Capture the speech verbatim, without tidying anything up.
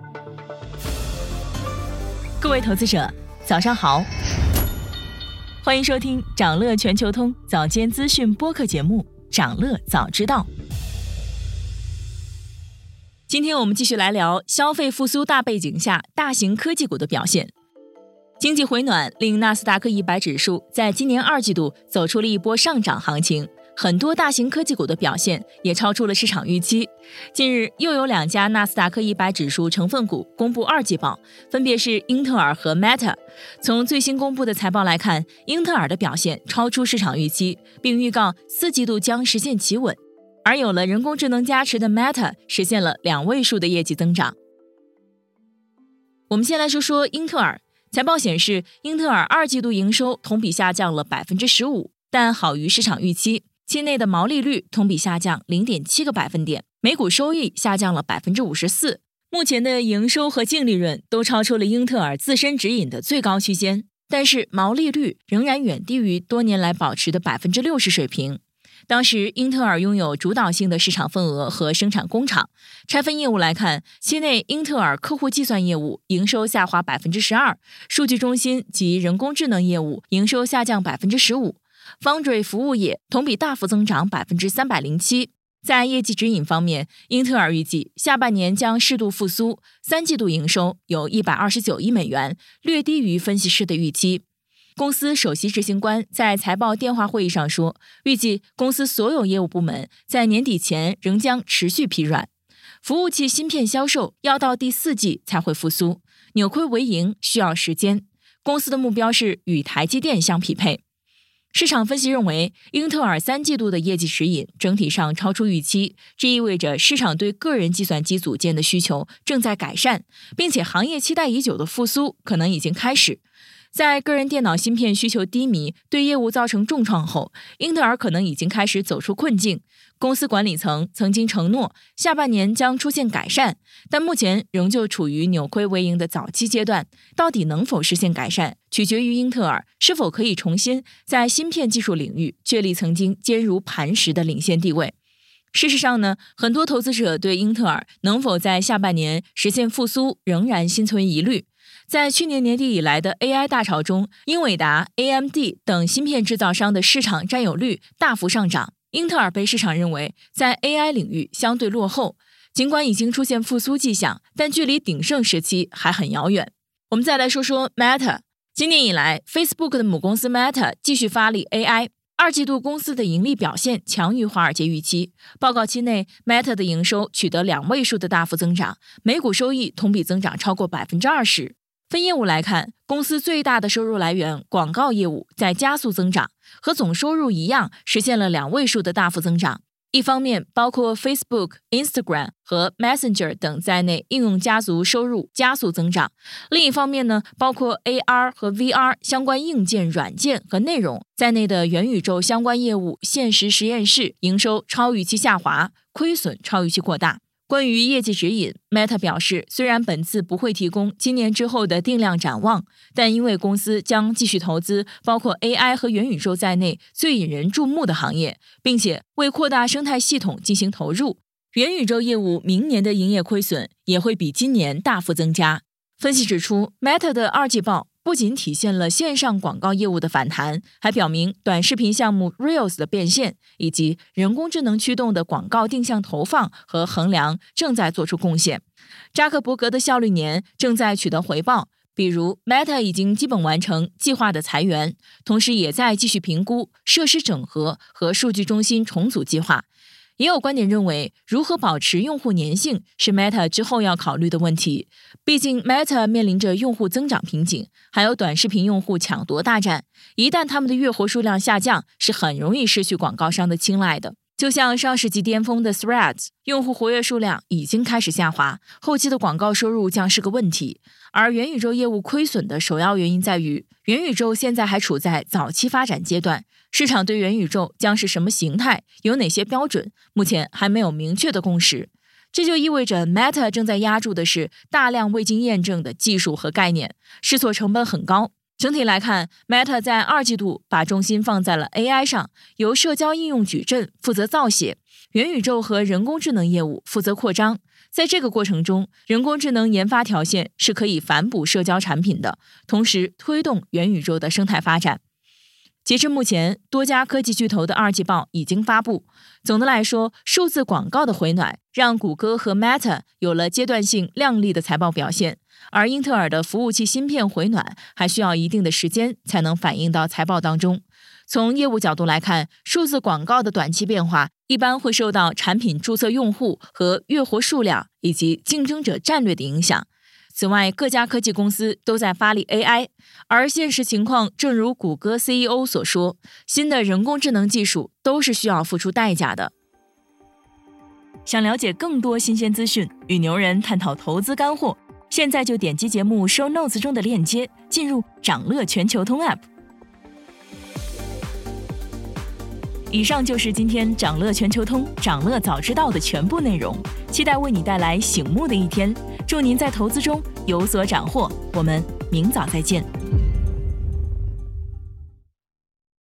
各位投资者，早上好，欢迎收听长乐全球通早间资讯播客节目《长乐早知道》。今天我们继续来聊消费复苏大背景下大型科技股的表现。经济回暖令纳斯达克一百指数在今年二季度走出了一波上涨行情，很多大型科技股的表现也超出了市场预期。近日又有两家纳斯达克一百指数成分股公布二季报，分别是英特尔和 Meta。 从最新公布的财报来看，英特尔的表现超出市场预期，并预告四季度将实现企稳，而有了人工智能加持的 Meta 实现了两位数的业绩增长。我们先来说说英特尔。财报显示，英特尔二季度营收同比下降了 百分之十五， 但好于市场预期。期内的毛利率同比下降 零点七个百分点，每股收益下降了 百分之五十四。 目前的营收和净利润都超出了英特尔自身指引的最高区间，但是毛利率仍然远低于多年来保持的 百分之六十 水平。当时英特尔拥有主导性的市场份额和生产工厂。拆分业务来看，期内英特尔客户计算业务营收下滑 百分之十二， 数据中心及人工智能业务营收下降 百分之十五， Foundry 服务业同比大幅增长 百分之三百零七。 在业绩指引方面，英特尔预计下半年将适度复苏，三季度营收有一百二十九亿美元，略低于分析师的预期。公司首席执行官在财报电话会议上说，预计公司所有业务部门在年底前仍将持续疲软，服务器芯片销售要到第四季才会复苏，扭亏为盈需要时间。公司的目标是与台积电相匹配。市场分析认为，英特尔三季度的业绩指引整体上超出预期，这意味着市场对个人计算机组件的需求正在改善，并且行业期待已久的复苏可能已经开始。在个人电脑芯片需求低迷对业务造成重创后，英特尔可能已经开始走出困境。公司管理层曾经承诺下半年将出现改善，但目前仍旧处于扭亏为盈的早期阶段。到底能否实现改善，取决于英特尔是否可以重新在芯片技术领域确立曾经坚如磐石的领先地位。事实上呢，很多投资者对英特尔能否在下半年实现复苏仍然心存疑虑。在去年年底以来的 A I 大潮中，英伟达、A M D 等芯片制造商的市场占有率大幅上涨，英特尔被市场认为在 A I 领域相对落后。尽管已经出现复苏迹象，但距离鼎盛时期还很遥远。我们再来说说 Meta。 今年以来 Facebook 的母公司 Meta 继续发力 A I， 二季度公司的盈利表现强于华尔街预期。报告期内 Meta 的营收取得两位数的大幅增长，每股收益同比增长超过 百分之二十。分业务来看，公司最大的收入来源广告业务在加速增长，和总收入一样实现了两位数的大幅增长。一方面，包括 Facebook、Instagram 和 Messenger 等在内应用家族收入加速增长；另一方面呢，包括 A R 和 V R 相关硬件、软件和内容在内的元宇宙相关业务现实实验室营收超预期下滑，亏损超预期扩大。关于业绩指引， Meta 表示，虽然本次不会提供今年之后的定量展望，但因为公司将继续投资包括 A I 和元宇宙在内最引人注目的行业，并且为扩大生态系统进行投入，元宇宙业务明年的营业亏损也会比今年大幅增加。分析指出， Meta 的二季报不仅体现了线上广告业务的反弹，还表明短视频项目 Reels 的变现，以及人工智能驱动的广告定向投放和衡量正在做出贡献。扎克伯格的效率年正在取得回报，比如 Meta 已经基本完成计划的裁员，同时也在继续评估设施整合和数据中心重组计划。也有观点认为，如何保持用户粘性是 Meta 之后要考虑的问题。毕竟 Meta 面临着用户增长瓶颈，还有短视频用户抢夺大战。一旦他们的月活数量下降，是很容易失去广告商的青睐的。就像上世纪巅峰的 Threads， 用户活跃数量已经开始下滑，后期的广告收入将是个问题。而元宇宙业务亏损的首要原因在于，元宇宙现在还处在早期发展阶段，市场对元宇宙将是什么形态，有哪些标准，目前还没有明确的共识。这就意味着 Meta 正在压住的是大量未经验证的技术和概念，试错成本很高。整体来看 Meta 在二季度把重心放在了 A I 上，由社交应用矩阵负责造血，元宇宙和人工智能业务负责扩张。 在这个过程中，人工智能研发条线是可以反哺社交产品的，同时推动元宇宙的生态发展。截至目前，多家科技巨头的二季报已经发布。总的来说，数字广告的回暖让谷歌和 Meta 有了阶段性亮丽的财报表现，而英特尔的服务器芯片回暖还需要一定的时间才能反映到财报当中。从业务角度来看，数字广告的短期变化一般会受到产品注册用户和月活数量以及竞争者战略的影响。此外，各家科技公司都在发力 A I， 而现实情况正如谷歌 C E O 所说，新的人工智能技术都是需要付出代价的。想了解更多新鲜资讯，与牛人探讨投资干货，现在就点击节目 show notes 中的链接，进入掌乐全球通 App。以上就是今天掌乐全球通掌乐早知道的全部内容，期待为你带来醒目的一天，祝您在投资中有所斩获，我们明早再见。